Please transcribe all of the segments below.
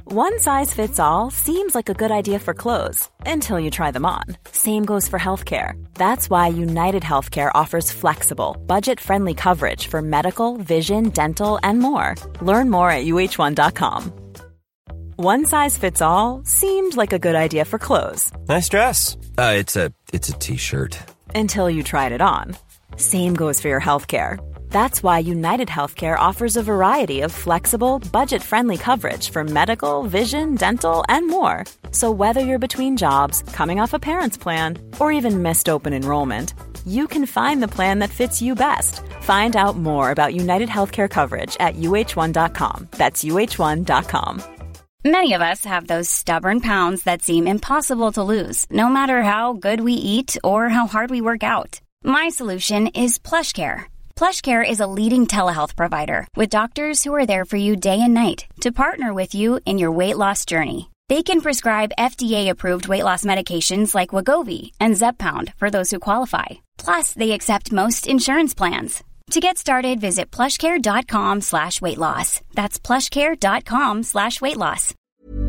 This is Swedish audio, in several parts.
One size fits all seems like a good idea for clothes until you try them on. Same goes for healthcare. That's why United Healthcare offers flexible, budget-friendly coverage for medical, vision, dental, and more. Learn more at uh1.com. One size fits all seemed like a good idea for clothes. Nice dress. It's a t-shirt. Until you tried it on. Same goes for your healthcare. That's why United Healthcare offers a variety of flexible, budget-friendly coverage for medical, vision, dental, and more. So whether you're between jobs, coming off a parent's plan, or even missed open enrollment, you can find the plan that fits you best. Find out more about United Healthcare coverage at uh1.com. That's uh1.com. Many of us have those stubborn pounds that seem impossible to lose, no matter how good we eat or how hard we work out. My solution is PlushCare. PlushCare is a leading telehealth provider with doctors who are there for you day and night to partner with you in your weight loss journey. They can prescribe FDA-approved weight loss medications like Wegovy and Zepbound for those who qualify. Plus, they accept most insurance plans. To get started, visit plushcare.com/weightloss. That's plushcare.com/weightloss.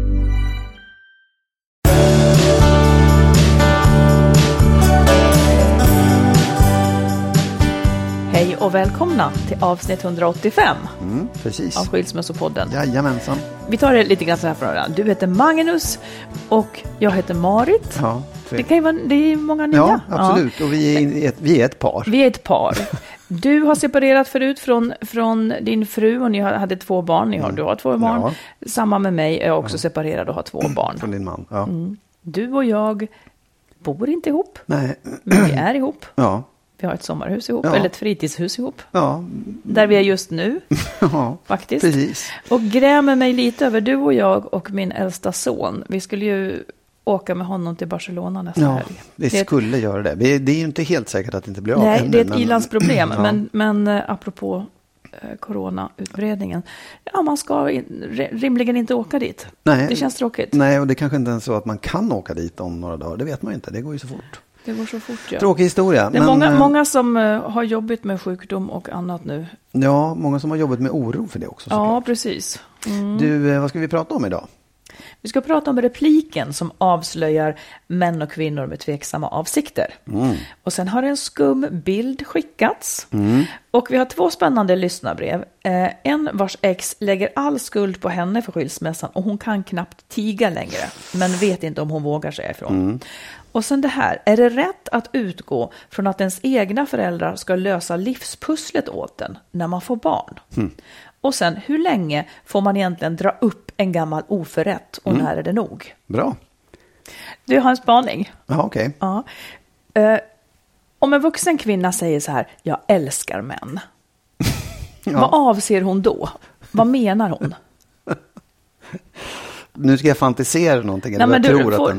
Hej och välkomna till avsnitt 185 precis. av Skilsmässopodden. Jajamensan. Vi tar det lite grann så här från början. Du heter Magnus och jag heter Marit. Ja, det kan ju vara, det är många nya. Ja, absolut. Ja. Och vi är ett par. Vi är ett par. Du har separerat förut från din fru och ni hade 2 barn. Du har 2 barn. Ja. Samma med mig, jag är också separerad och har 2 barn. Från din man, ja. Du och jag bor inte ihop. Nej. Men vi är ihop. Ja. Vi har ett sommarhus ihop, eller ett fritidshus ihop. Ja. Där vi är just nu, faktiskt. Precis. Och grämer mig lite över du och jag och min äldsta son. Vi skulle ju åka med honom till Barcelona nästa helg. Vi skulle göra det. Det är ju inte helt säkert att det inte blir av. Nej, det är ett ilandsproblem. Men apropå coronautbredningen. Ja, man ska rimligen inte åka dit. Nej, det känns tråkigt. Nej, och det kanske inte är så att man kan åka dit om några dagar. Det vet man inte. Det går ju så fort. Det går så fort, ja. Tråkig historia. Det är många som har jobbat med sjukdom och annat nu. Ja, många som har jobbat med oro för det också. Såklart. Ja, precis. Du, vad ska vi prata om idag? Vi ska prata om repliken som avslöjar män och kvinnor med tveksamma avsikter. Och sen har en skum bild skickats. Och vi har 2 spännande lyssnarbrev. En vars ex lägger all skuld på henne för skilsmässan och hon kan knappt tiga längre. Men vet inte om hon vågar säga ifrån. Och sen det här, är det rätt att utgå från att ens egna föräldrar ska lösa livspusslet åt en när man får barn? Och sen, hur länge får man egentligen dra upp en gammal oförrätt och när är det nog? Bra. Du har en spaning. Ja, okej. Ja. Om en vuxen kvinna säger så här, jag älskar män. Vad avser hon då? Vad menar hon? Nu ska jag fantisera någonting. Nej, men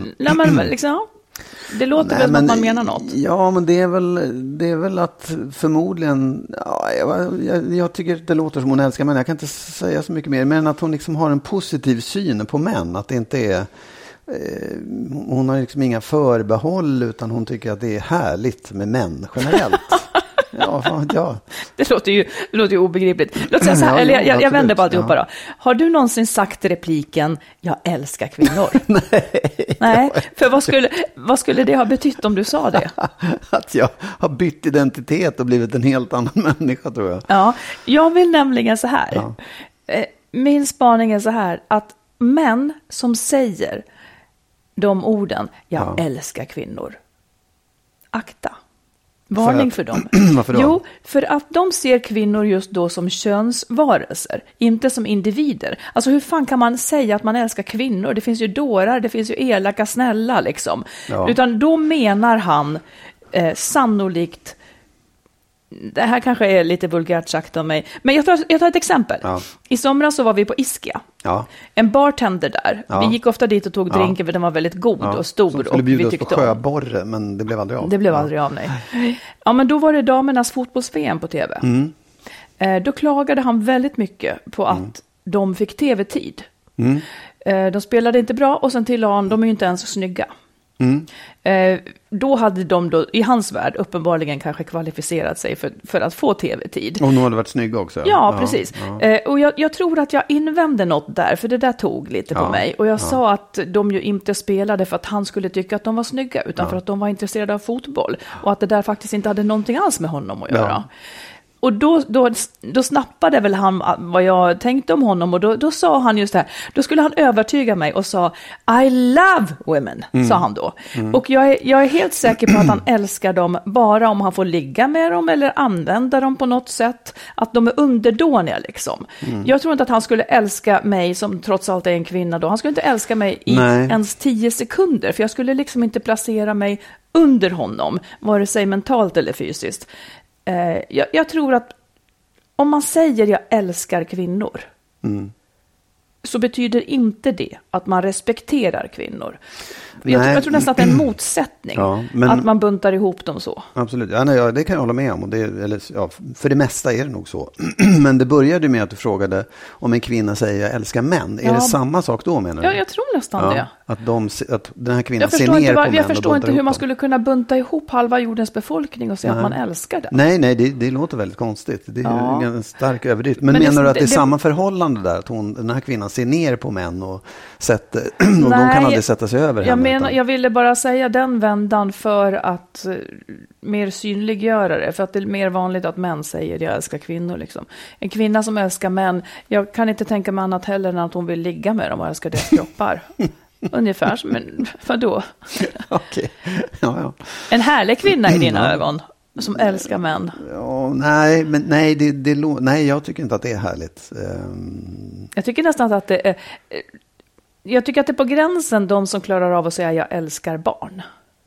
det låter väl som att man menar något. Ja, men det är väl att förmodligen, jag tycker det låter som hon älskar män. Jag kan inte säga så mycket mer, men att hon liksom har en positiv syn på män. Att det inte är, hon har liksom inga förbehåll, utan hon tycker att det är härligt med män generellt. Ja. Det låter ju obegripligt. Låt säga så här, jag vänder på alltihopa då. Har du någonsin sagt repliken, jag älskar kvinnor? Nej, för vad skulle det ha betytt om du sa det? Att jag har bytt identitet och blivit en helt annan människa, tror jag. Ja, jag vill nämligen så här. Ja. Min spaning är så här, att män som säger de orden, jag älskar kvinnor, akta. Varning för dem. Varför då? Jo, för att de ser kvinnor just då som könsvarelser, inte som individer. Alltså hur fan kan man säga att man älskar kvinnor? Det finns ju dårar, det finns ju elaka, snälla liksom. Ja. Utan då menar han sannolikt, det här kanske är lite vulgärt sagt av mig, men jag tar ett exempel. Ja. I somras så var vi på Ischia. Ja. En bartender där. Ja. Vi gick ofta dit och tog drinken för den var väldigt god och stor. Som skulle bjuda oss på sjöborre, men det blev aldrig av. Det blev aldrig av, nej. Ja, men då var det damernas fotbolls-VM på tv. Då klagade han väldigt mycket på att de fick tv-tid. De spelade inte bra och sen tillade han, de är ju inte ens snygga. Då hade de då, i hans värld uppenbarligen kanske kvalificerat sig för att få tv-tid. Och hon hade varit snygg också. Ja, precis. Och jag tror att jag invände något där, för det där tog lite på mig. Och jag sa att de ju inte spelade för att han skulle tycka att de var snygga, utan för att de var intresserade av fotboll. Och att det där faktiskt inte hade någonting alls med honom att göra. Och då snappade väl han vad jag tänkte om honom, och då sa han just det här. Då skulle han övertyga mig och sa I love women, sa han då. Och jag är helt säker på att han älskar dem bara om han får ligga med dem eller använda dem på något sätt. Att de är underdåniga liksom. Jag tror inte att han skulle älska mig som trots allt är en kvinna då. Han skulle inte älska mig i ens 10 sekunder, för jag skulle liksom inte placera mig under honom, vare sig mentalt eller fysiskt. Jag tror att om man säger jag älskar kvinnor så betyder inte det att man respekterar kvinnor. Jag tror nästan att det är en motsättning att man buntar ihop dem så. Absolut, det kan jag hålla med om. Och för det mesta är det nog så. Men det började med att du frågade om en kvinna säger jag älskar män. Är det samma sak då, menar du? Ja, jag tror nästan det. Att den här kvinnan ser ner på män. Jag förstår inte hur man skulle kunna bunta ihop halva jordens befolkning och säga att man älskar det. Nej, det låter väldigt konstigt. Det är en stark överdrift. Men menar du att det är samma förhållande där? Att den här kvinnan ser ner på män och de kan aldrig sätta sig över henne? Jag ville bara säga den vändan för att mer synliggöra det. För att det är mer vanligt att män säger jag älskar kvinnor. Liksom. En kvinna som älskar män, jag kan inte tänka mig annat heller än att hon vill ligga med dem och älskar deras kroppar. Ungefär, men vadå? Okej. Ja. En härlig kvinna i dina ögon som älskar män. Ja, nej, jag tycker inte att det är härligt. Jag tycker nästan att det är... Jag tycker att det är på gränsen de som klarar av att säga jag älskar barn.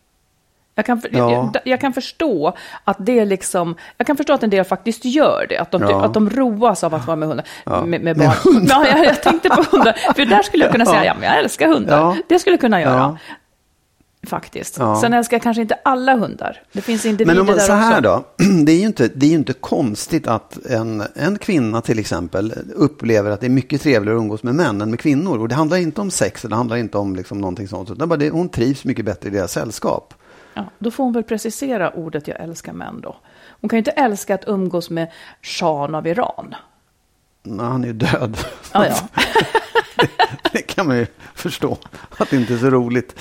Jag kan förstå att det är liksom... Jag kan förstå att en del faktiskt gör det. Att de roas av att vara med hundar. Med barn. Jag tänkte på hundar. För där skulle jag kunna säga jag älskar hundar. Ja. Det skulle jag kunna göra. Ja. Faktiskt. Ja. Sen älskar jag kanske inte alla hundar. Det finns individer där också. Men så här då. Det är ju inte konstigt att en kvinna till exempel upplever att det är mycket trevligare att umgås med män än med kvinnor. Och det handlar inte om sex. Det handlar inte om liksom någonting sånt. Hon trivs mycket bättre i deras sällskap. Ja, då får hon väl precisera ordet jag älskar män då. Hon kan ju inte älska att umgås med Shahen av Iran. Nej, han är ju död. Ja. Det kan man ju förstå att det inte är så roligt.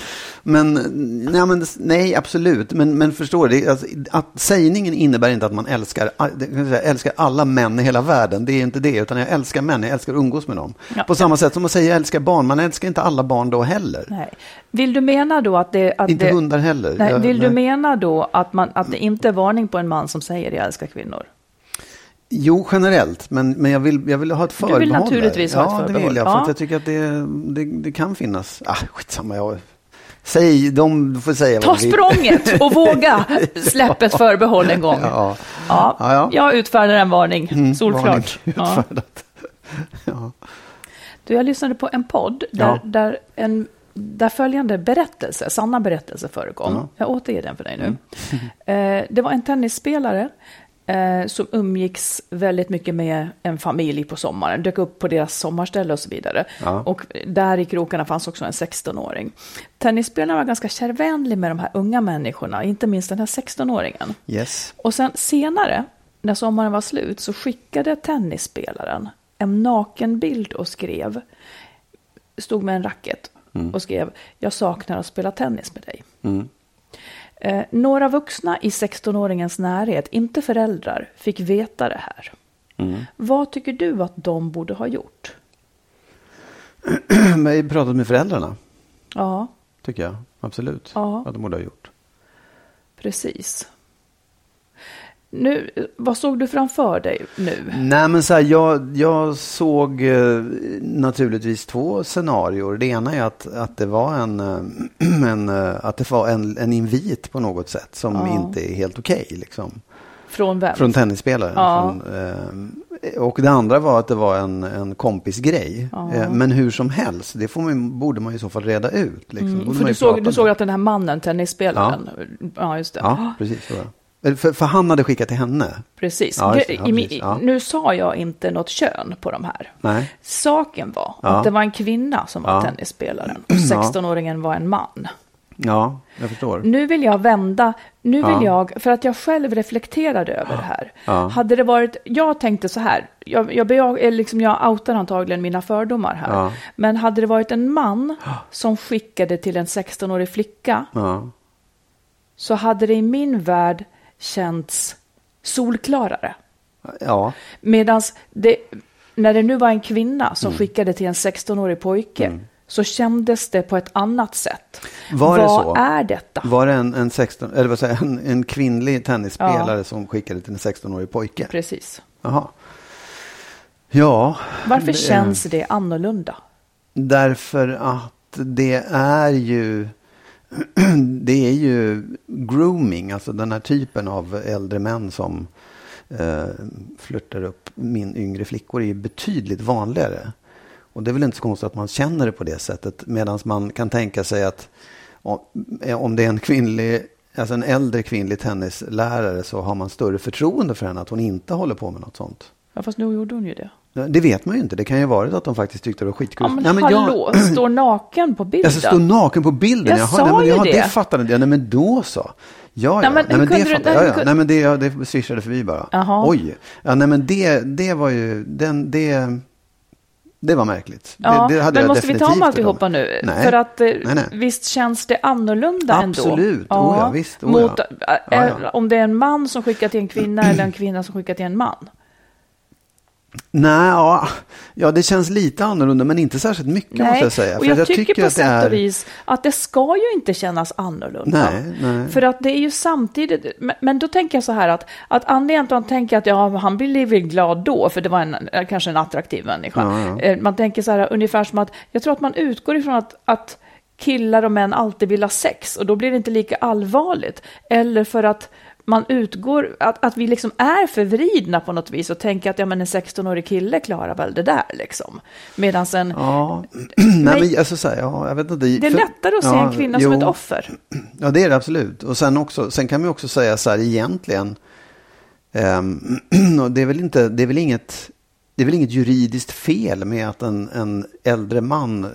Nej, absolut. Men förstår det, alltså, att sägningen innebär inte att man älskar alla män i hela världen. Det är inte det, utan jag älskar män, jag älskar att umgås med dem. Ja. På samma sätt som man säger jag älskar barn, man älskar inte alla barn då heller. Nej. Vill du mena då att det... Inte hundar heller. Nej, du mena då att det inte är varning på en man som säger jag älskar kvinnor? Jo, generellt. Men jag vill ha ett förbehåll. Du vill naturligtvis ha ett förbehåll. Ja, det vill jag. För att jag tycker att det kan finnas... skitsamma, de får säga ta språnget och våga släppa ett förbehåll en gång. Ja. Jag utfärdar en varning. Solklart. Ja. Jag lyssnade på en podd där följande sanna berättelse förekom. Ja. Jag återger den för dig nu. Det var en tennisspelare som umgicks väldigt mycket med en familj på sommaren, dök upp på deras sommarställe och så vidare. Ja. Och där i krokarna fanns också en 16-åring. Tennisspelarna var ganska kärvänlig med de här unga människorna, inte minst den här 16-åringen. Yes. Och sen senare, när sommaren var slut, så skickade tennisspelaren en nakenbild och stod med en racket och skrev jag saknar att spela tennis med dig. Några vuxna i 16-åringens närhet, inte föräldrar, fick veta det här. Vad tycker du att de borde ha gjort? Vi pratat med föräldrarna. Ja. Tycker jag, absolut. Ja. Att de borde ha gjort. Precis. Nu, vad såg du framför dig nu? Nej, men så här, jag såg naturligtvis 2 scenarior. Det ena är att det var en invit på något sätt som inte är helt okej, liksom. Från vem? Från tennisspelaren. Ja. Och det andra var att det var en kompisgrej. Men hur som helst, det borde man i så fall reda ut. Liksom. För du såg att den här mannen, tennisspelaren. Ja, just det. Ja, precis så. För han hade skickat till henne. Precis. Nu sa jag inte något kön på de här. Nej. Saken var att det var en kvinna som var tennisspelaren. Och 16-åringen var en man. Ja, jag förstår. Nu vill jag vända, för att jag själv reflekterade över det här. Ja. Hade det varit, jag tänkte så här, jag outar antagligen mina fördomar här. Ja. Men hade det varit en man som skickade till en 16-årig flicka, så hade det i min värld känts solklarare. Ja. Medans när det nu var en kvinna som skickade till en 16-årig pojke, så kändes det på ett annat sätt. Vad är detta? Var det en kvinnlig tennisspelare som skickade till en 16-årig pojke? Precis. Jaha. Ja. Varför känns det annorlunda? Därför att det är ju grooming, alltså den här typen av äldre män som flörtar upp min yngre flickor är ju betydligt vanligare. Och det är väl inte så konstigt att man känner det på det sättet, medan man kan tänka sig att om det är en äldre kvinnlig tennislärare, så har man större förtroende för henne att hon inte håller på med något sånt. Ja, fast nu gjorde hon ju det. Det vet man ju inte. Det kan ju vara att de faktiskt tyckte det var skitkul. Ja, men hallå, står naken på bilden. Jag står naken på bilden. Jag sa ju det. Det fattade jag. Nej, men då så. Ja. Nej, men det swishade förbi bara. Aha. Oj. Ja, nej, men det var ju det var märkligt. Ja, det hade men jag måste vi ta om alltihopa nu? Nej. För att visst känns det annorlunda ändå. Absolut. Ja, visst. Mot, om det är en man som skickar till en kvinna eller en kvinna som skickar till en man. Nej, det känns lite annorlunda, men inte särskilt mycket, måste jag säga. Och jag tycker på sätt och vis att det ska ju inte kännas annorlunda. Nej. För att det är ju samtidigt, men då tänker jag så här att anledningen till att man tänker att han blir väl glad då, för det var kanske en attraktiv människa. Ja. Man tänker så här ungefär som att, jag tror att man utgår ifrån att killar och män alltid vill ha sex, och då blir det inte lika allvarligt. Eller för att man utgår att vi liksom är förvridna på något vis och tänker att en 16-årig kille klarar väl det där liksom. Medan sen jag vet inte, det är lättare att se en kvinna som ett offer. Ja, det är det absolut. Och sen kan man också säga så här egentligen, det är väl inget juridiskt fel med att en äldre man,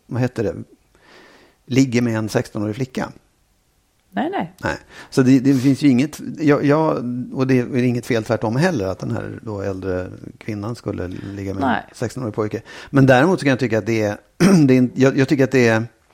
ligger med en 16-årig flicka. Nej. Så det finns ju inget, och det är inget fel tvärtom heller att den här då äldre kvinnan skulle ligga med en 16-årig pojke. Men däremot så kan jag tycka att jag tycker att det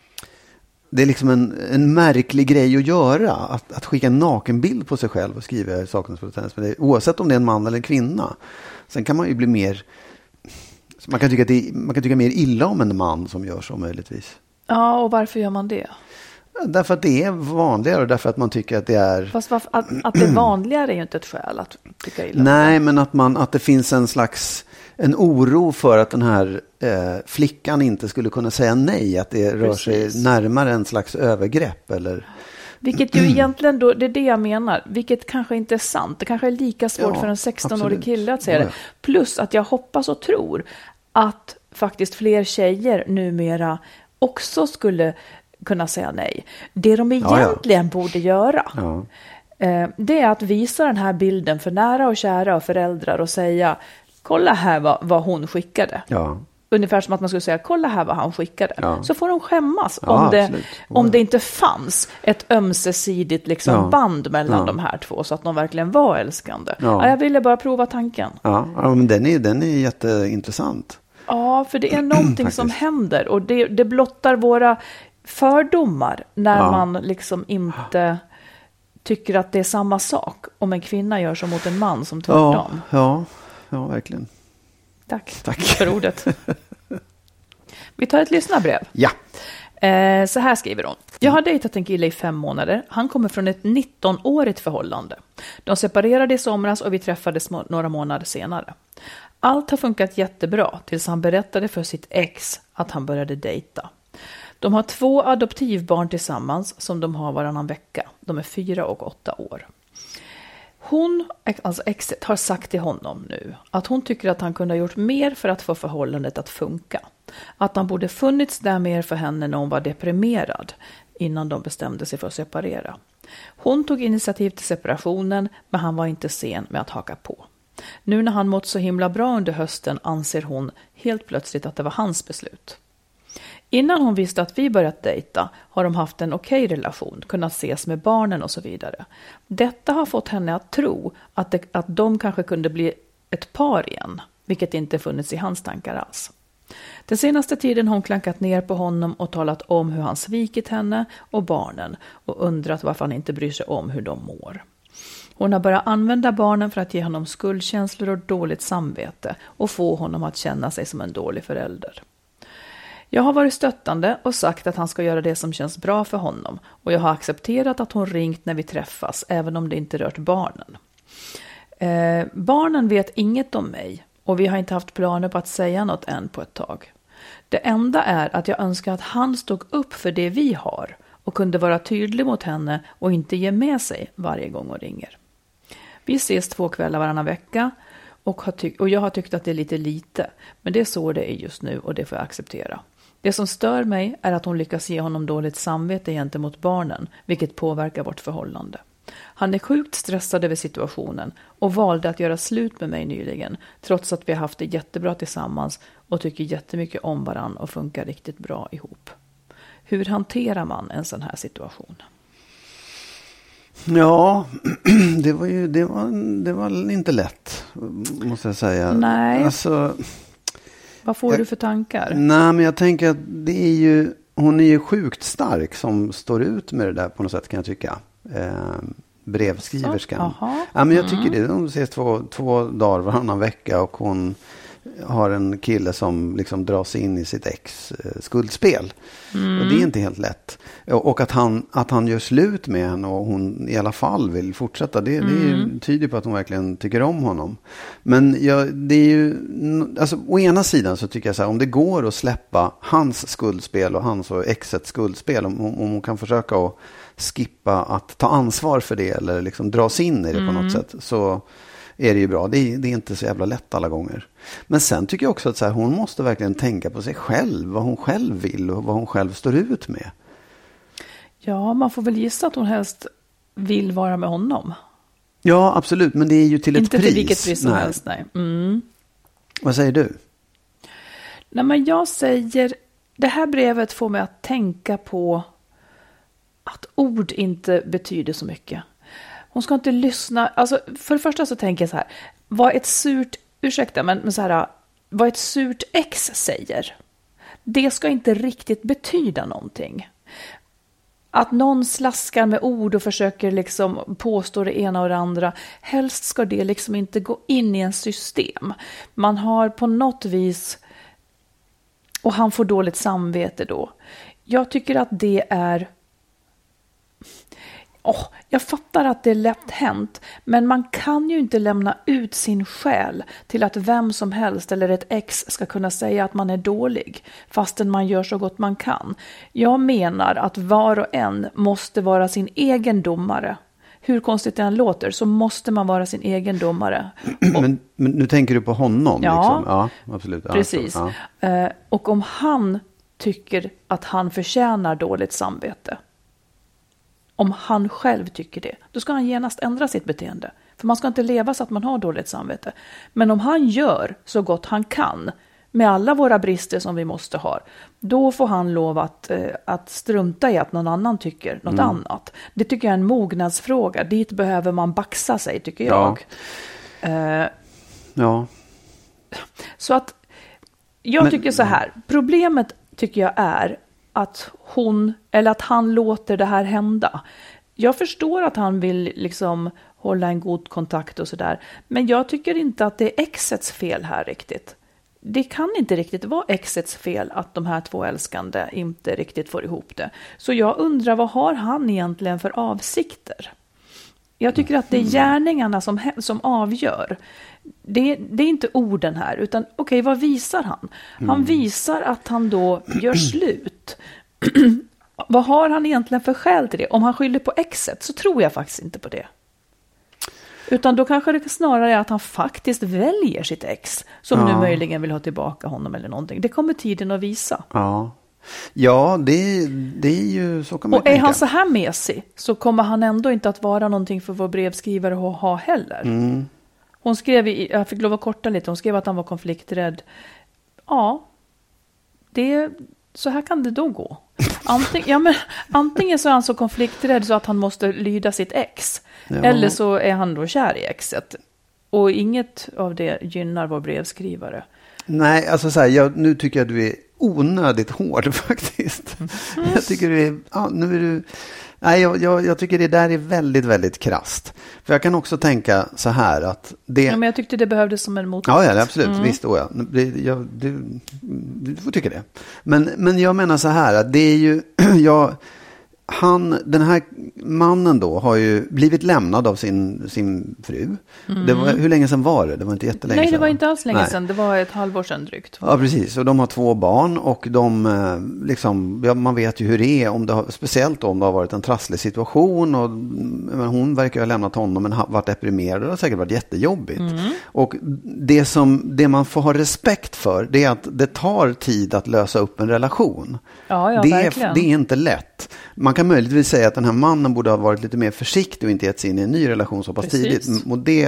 är liksom en märklig grej att göra, att skicka en nakenbild på sig själv och skriva saknas på tennis, oavsett om det är en man eller en kvinna. Sen kan man ju bli mer, man kan tycka mer illa om en man som gör så möjligtvis. Ja, och varför gör man det? Därför att det är vanligare och därför att man tycker att det är... Fast att det är vanligare är ju inte ett skäl att tycka illa. Nej, men att det finns en oro för att den här flickan inte skulle kunna säga nej. Att det rör sig närmare en slags övergrepp. Eller... Vilket ju egentligen då, det är det jag menar. Vilket kanske inte är sant. Det kanske är lika svårt för en 16-årig kille att säga det. Plus att jag hoppas och tror att faktiskt fler tjejer numera också skulle kunna säga nej. Det de egentligen borde göra, det är att visa den här bilden för nära och kära och föräldrar och säga, kolla här vad hon skickade. Ja. Ungefär som att man skulle säga, kolla här vad han skickade. Ja. Så får de skämmas om det inte fanns ett ömsesidigt liksom band mellan de här två, så att de verkligen var älskande. Ja, jag ville bara prova tanken. Ja, men den är jätteintressant. Ja, för det är någonting som händer, och det blottar våra fördomar när man liksom inte tycker att det är samma sak om en kvinna gör så mot en man som tvärtom. Ja, verkligen. Tack för ordet. Vi tar ett lyssnarbrev. Ja. Så här skriver hon. Jag har dejtat en kille i 5 månader. Han kommer från ett 19-årigt förhållande. De separerade i somras och vi träffades några månader senare. Allt har funkat jättebra tills han berättade för sitt ex att han började dejta. De har 2 adoptivbarn tillsammans som de har varannan vecka. De är 4 och 8 år. Hon, alltså exet, har sagt till honom nu att hon tycker att han kunde ha gjort mer för att få förhållandet att funka. Att han borde funnits där mer för henne när hon var deprimerad innan de bestämde sig för att separera. Hon tog initiativ till separationen, men han var inte sen med att haka på. Nu när han mått så himla bra under hösten anser hon helt plötsligt att det var hans beslut. Innan hon visste att vi börjat dejta har de haft en okej relation, kunnat ses med barnen och så vidare. Detta har fått henne att tro att de kanske kunde bli ett par igen, vilket inte funnits i hans tankar alls. Den senaste tiden har hon klankat ner på honom och talat om hur han svikit henne och barnen och undrat varför han inte bryr sig om hur de mår. Hon har börjat använda barnen för att ge honom skuldkänslor och dåligt samvete och få honom att känna sig som en dålig förälder. Jag har varit stöttande och sagt att han ska göra det som känns bra för honom och jag har accepterat att hon ringt när vi träffas även om det inte rört barnen. Barnen vet inget om mig och vi har inte haft planer på att säga något än på ett tag. Det enda är att jag önskar att han stod upp för det vi har och kunde vara tydlig mot henne och inte ge med sig varje gång hon ringer. Vi ses 2 kvällar varannan vecka och jag har tyckt att det är lite, men det är så det är just nu och det får jag acceptera. Det som stör mig är att hon lyckas ge honom dåligt samvete gentemot barnen, vilket påverkar vårt förhållande. Han är sjukt stressad över situationen och valde att göra slut med mig nyligen, trots att vi har haft det jättebra tillsammans och tycker jättemycket om varann och funkar riktigt bra ihop. Hur hanterar man en sån här situation? Ja, det var inte lätt, måste jag säga. Nej. Alltså, vad får du för tankar? Nej, men jag tänker att hon är ju sjukt stark som står ut med det där på något sätt, kan jag tycka. Brevskriverskan. Ja, men jag tycker det. De ses 2 dagar varannan vecka och hon har en kille som liksom dras in i sitt ex skuldspel. Och det är inte helt lätt. Och att han gör slut med henne och hon i alla fall vill fortsätta. Det tyder på att hon verkligen tycker om honom. Men det är ju, alltså, å ena sidan så tycker jag så här, om det går att släppa hans skuldspel och hans och exets skuldspel, om hon kan försöka att skippa att ta ansvar för det eller liksom dras in i det på något sätt, så är det ju bra. Det är inte så jävla lätt alla gånger. Men sen tycker jag också att så här, hon måste verkligen tänka på sig själv, vad hon själv vill och vad hon själv står ut med. Ja, man får väl gissa att hon helst vill vara med honom. Ja, absolut. Men det är ju till inte ett pris. Inte till vilket pris som helst, nej. Vad säger du? Nej, men jag säger, det här brevet får mig att tänka på att ord inte betyder så mycket. Hon ska inte lyssna. Alltså, för det första så tänker jag så här. Vad ett surt ex säger, det ska inte riktigt betyda någonting. Att någon slaskar med ord och försöker liksom påstå det ena och det andra. Helst ska det liksom inte gå in i en system. Man har på något vis, och han får dåligt samvete då. Jag tycker att det är... jag fattar att det är lätt hänt, men man kan ju inte lämna ut sin själ till att vem som helst eller ett ex ska kunna säga att man är dålig, fastän man gör så gott man kan. Jag menar att var och en måste vara sin egen domare. Hur konstigt det än låter, så måste man vara sin egen domare. Men nu tänker du på honom? Ja, liksom. Ja, absolut. Precis. Ja. Och om han tycker att han förtjänar dåligt samvete, om han själv tycker det, då ska han genast ändra sitt beteende. För man ska inte leva så att man har dåligt samvete. Men om han gör så gott han kan, med alla våra brister som vi måste ha, då får han lov att strunta i att någon annan tycker något annat. Det tycker jag är en mognadsfråga. Dit behöver man baxa sig, tycker jag. Ja. Så att jag tycker så här. Problemet tycker jag är att han låter det här hända. Jag förstår att han vill liksom hålla en god kontakt och sådär. Men jag tycker inte att det är exets fel här riktigt. Det kan inte riktigt vara exets fel att de här 2 älskande inte riktigt får ihop det. Så jag undrar, vad har han egentligen för avsikter? Jag tycker att det är gärningarna som avgör. Det är inte orden här, utan okej, vad visar han? Han visar att han då gör slut. Vad har han egentligen för skäl till det? Om han skyller på exet så tror jag faktiskt inte på det. Utan då kanske det snarare är att han faktiskt väljer sitt ex som nu möjligen vill ha tillbaka honom eller någonting. Det kommer tiden att visa. Ja, det är ju så kan man tänka. Och är han så här mesig så kommer han ändå inte att vara någonting för vår brevskrivare att ha heller. Hon skrev, jag fick lov att korta lite, hon skrev att han var konflikträdd. Ja, så här kan det då gå. Antingen så är han så konflikträdd så att han måste lyda sitt ex. Ja. Eller så är han då kär i exet. Och inget av det gynnar vår brevskrivare. Nej, alltså så här, nu tycker jag du är onödigt hård faktiskt. Jag tycker jag tycker det där är väldigt, väldigt krasst. För jag kan också tänka så här att det... Ja, men jag tyckte det behövdes som en mot. Ja, absolut. Visst, du får tycka det. Men jag menar så här att det är ju... den här mannen då har ju blivit lämnad av sin fru. Det var, hur länge sedan var det? Det var inte jättelänge sedan. Nej, det var inte alls länge sedan. Det var ett halvår sedan drygt. Ja, precis. Och de har 2 barn och de liksom, man vet ju hur det är speciellt om det har varit en trasslig situation och hon verkar ha lämnat honom men varit deprimerad och det har säkert varit jättejobbigt. Och det man får ha respekt för det är att det tar tid att lösa upp en relation. Ja, verkligen. Det är inte lätt. Man kan möjligtvis säga att den här mannen borde ha varit lite mer försiktig och inte gett sig in i en ny relation så pass tidigt. Och det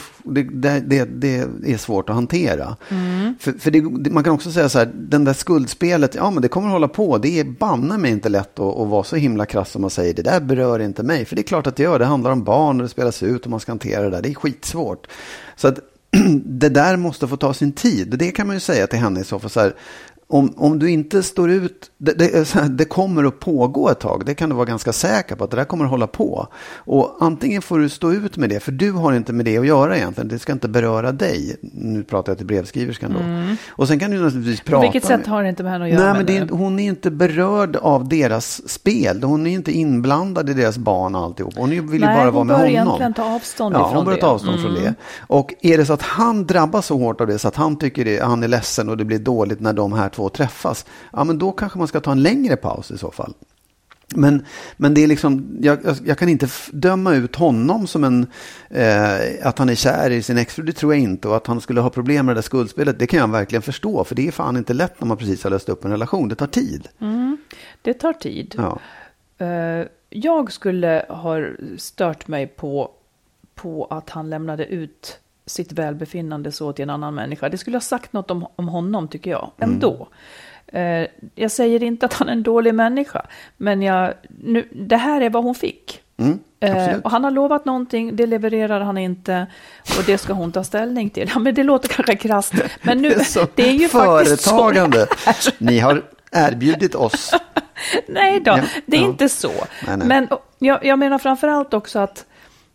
är svårt att hantera. För man kan också säga så här, den där skuldspelet, men det kommer att hålla på. Det är banne mig inte lätt att vara så himla krass som man säger, det där berör inte mig. För det är klart att det gör. Det handlar om barn och det spelas ut och man ska hantera det där. Det är skitsvårt. Så att det där måste få ta sin tid. Det kan man ju säga till henne i så fall så här. Om du inte står ut, det kommer att pågå ett tag. Det kan du vara ganska säker på att det där kommer att hålla på. Och antingen får du stå ut med det, för du har inte med det att göra egentligen. Det ska inte beröra dig. Nu pratar jag till brevskriverskan då. Och sen kan du naturligtvis prata. På vilket sätt har det inte med henne att göra? Nej, men hon är inte berörd av deras spel. Hon är inte inblandad i deras barn och alltihop. Hon vill ju bara vara med honom. Hon bör egentligen ta avstånd ifrån det. Hon bör ta avstånd från det. Och är det så att han drabbas så hårt av det så att han tycker han är ledsen och det blir dåligt när de här 2 träffas, men då kanske man ska ta en längre paus i så fall. Men det är liksom, jag kan inte döma ut honom som att han är kär i sin exfru, det tror jag inte, och att han skulle ha problem med det där skuldspelet, det kan jag verkligen förstå, för det är fan inte lätt när man precis har löst upp en relation, det tar tid. Det tar tid. Ja. Jag skulle ha stört mig på att han lämnade ut sitt välbefinnande så till en annan människa. Det skulle ha sagt något om honom, tycker jag, ändå. Jag säger inte att han är en dålig människa, men det här är vad hon fick. Och han har lovat någonting, det levererar han inte, och det ska hon ta ställning till. Ja, men det låter kanske krasst, men nu, det är ju företagande. Faktiskt så. Ni har erbjudit oss. Nej då, det är inte så. Nej. Men jag menar framförallt också att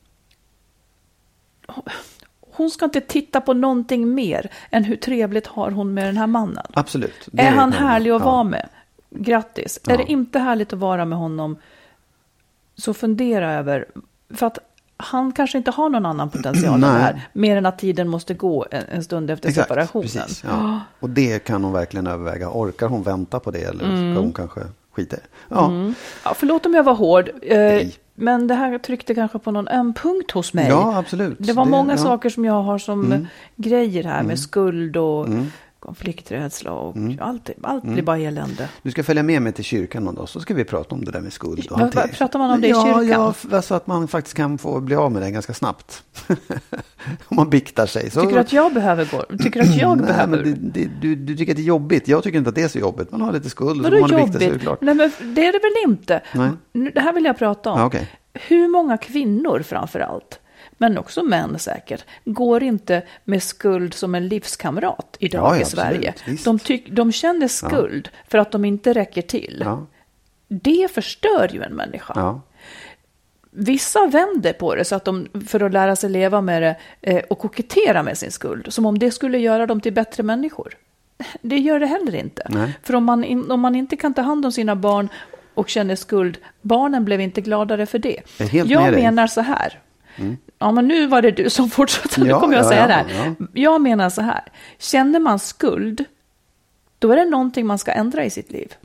hon ska inte titta på någonting mer än hur trevligt har hon med den här mannen. Absolut. Är han härlig att vara med? Grattis. Är det inte härligt att vara med honom, så fundera över, för att han kanske inte har någon annan potential än det här, mer än att tiden måste gå en stund efter separationen. Precis, ja. Och det kan hon verkligen överväga. Orkar hon vänta på det, eller ska hon kanske skita i? Ja, förlåt om jag var hård. Men det här tryckte kanske på en punkt hos mig. Ja, absolut. Det var många saker som jag har som grejer här med skuld och konflikträdsla och allt blir bara elände. Du ska följa med mig till kyrkan någon dag, så ska vi prata om det där med skuld. Och pratar man om det i kyrkan? Ja, så att man faktiskt kan få bli av med det ganska snabbt. Om man biktar sig. Så... Tycker du att jag behöver gå? Tycker du att jag behöver? Men du tycker att det är jobbigt. Jag tycker inte att det är så jobbigt. Man har lite skuld. Vadå så man jobbigt? Sig, nej, men det är det väl inte. Nej. Det här vill jag prata om. Okay. Hur många kvinnor framförallt, men också män säkert, går inte med skuld som en livskamrat idag i Sverige. De känner skuld för att de inte räcker till. Ja. Det förstör ju en människa. Ja. Vissa vänder på det så att för att lära sig leva med det och kokettera med sin skuld, som om det skulle göra dem till bättre människor. Det gör det heller inte. Nej. För om man inte kan ta hand om sina barn och känner skuld, barnen blev inte gladare för det. Jag menar så här. Ja, men nu var det du som fortsatte. Nu kommer jag säga det här. Ja. Jag menar så här. Känner man skuld, då är det någonting man ska ändra i sitt liv.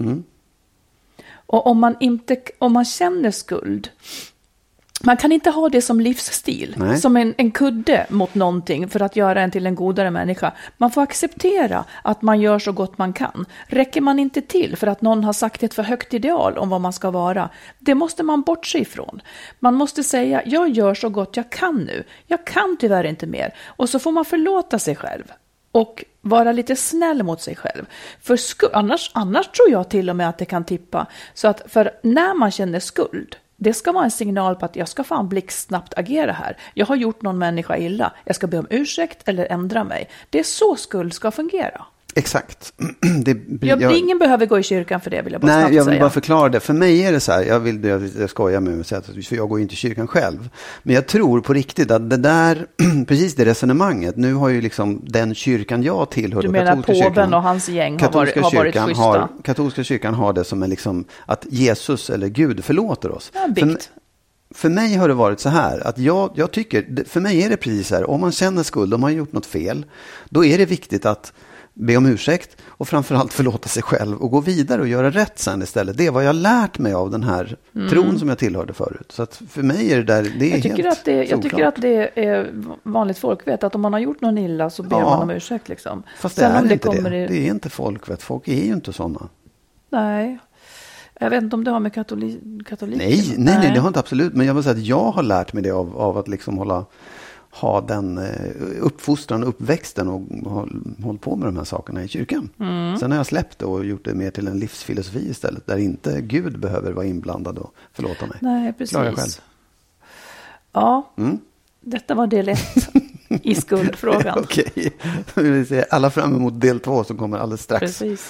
Och om man känner skuld, man kan inte ha det som livsstil. Nej. Som en kudde mot någonting för att göra en till en godare människa. Man får acceptera att man gör så gott man kan. Räcker man inte till för att någon har sagt ett för högt ideal om vad man ska vara, det måste man bortse ifrån. Man måste säga, jag gör så gott jag kan nu. Jag kan tyvärr inte mer. Och så får man förlåta sig själv. Och vara lite snäll mot sig själv. För annars tror jag till och med att det kan tippa. Så att för när man känner skuld, det ska vara en signal på att jag ska fan blixtsnabbt agera här. Jag har gjort någon människa illa. Jag ska be om ursäkt eller ändra mig. Det är så skuld ska fungera. Exakt. Ingen behöver gå i kyrkan för det, vill jag bara snabbt säga. Nej, jag vill bara förklara det. För mig är det så här, jag skojar med mig, för jag går inte i kyrkan själv. Men jag tror på riktigt att det där, precis det resonemanget, nu har ju liksom den kyrkan jag tillhör. Du menar påven och hans gäng har varit schyssta? Katolska kyrkan har det som är liksom att Jesus eller Gud förlåter oss. Ja, för mig har det varit så här att jag tycker, för mig är det precis så här, om man känner skuld, om man har gjort något fel, då är det viktigt att be om ursäkt och framförallt förlåta sig själv och gå vidare och göra rätt sen istället. Det är vad jag har lärt mig av den här tron som jag tillhörde förut. Så att för mig är det där, det är jag tycker att det är vanligt folk vet att om man har gjort någon illa så ber man om ursäkt liksom. Fast det är inte det. Det är inte folk, vet. Folk är ju inte sådana. Nej. Jag vet inte om det har med katolik. Nej, det har inte absolut. Men jag vill säga att jag har lärt mig det av att liksom ha den uppfostran och uppväxten och hållit på med de här sakerna i kyrkan. Sen har jag släppt det och gjort det mer till en livsfilosofi istället, där inte Gud behöver vara inblandad och förlåta mig. Nej, precis. Klarar jag själv. Ja, detta var del 1 i skuldfrågan. Okej, vi vill se alla fram emot del 2 som kommer alldeles strax. Precis.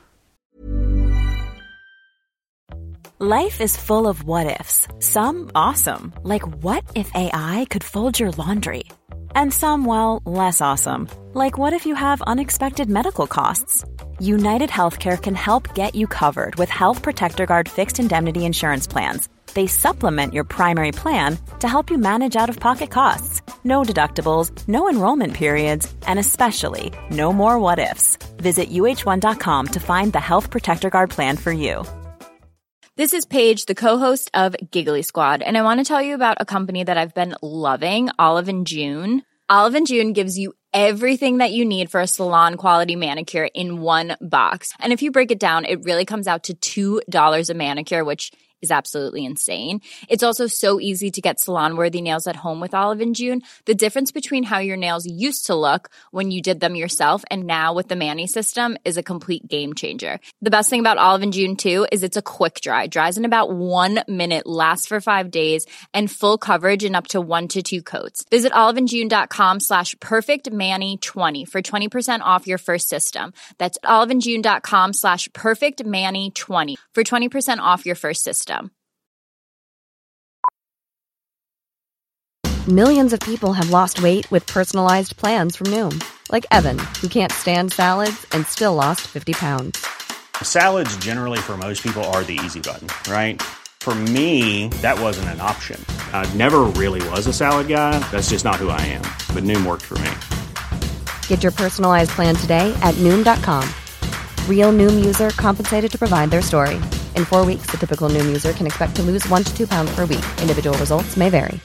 Life is full of what-ifs. Some awesome, like what if AI could fold your laundry? And some, well, less awesome, like what if you have unexpected medical costs? United Healthcare can help get you covered with Health Protector Guard fixed indemnity insurance plans. They supplement your primary plan to help you manage out-of-pocket costs. No deductibles, no enrollment periods, and especially no more what-ifs. Visit uh1.com to find the Health Protector Guard plan for you. This is Paige, the co-host of Giggly Squad, and I want to tell you about a company that I've been loving, Olive & June. Olive & June gives you everything that you need for a salon-quality manicure in one box. And if you break it down, it really comes out to $2 a manicure, which is absolutely insane. It's also so easy to get salon-worthy nails at home with Olive & June. The difference between how your nails used to look when you did them yourself and now with the Mani system is a complete game changer. The best thing about Olive & June, too, is it's a quick dry. Dries in about 1 minute, lasts for 5 days, and full coverage in up to 1 to 2 coats. Visit oliveandjune.com/perfectmani20 for 20% off your first system. That's oliveandjune.com/perfectmani20 for 20% off your first system. Millions of people have lost weight with personalized plans from Noom. Like Evan, who can't stand salads and still lost 50 pounds. Salads generally for most people are the easy button, right? For me, that wasn't an option. I never really was a salad guy. That's just not who I am. But Noom worked for me. Get your personalized plan today at Noom.com. Real Noom user compensated to provide their story. In 4 weeks, the typical Noom user can expect to lose 1 to 2 pounds per week. Individual results may vary.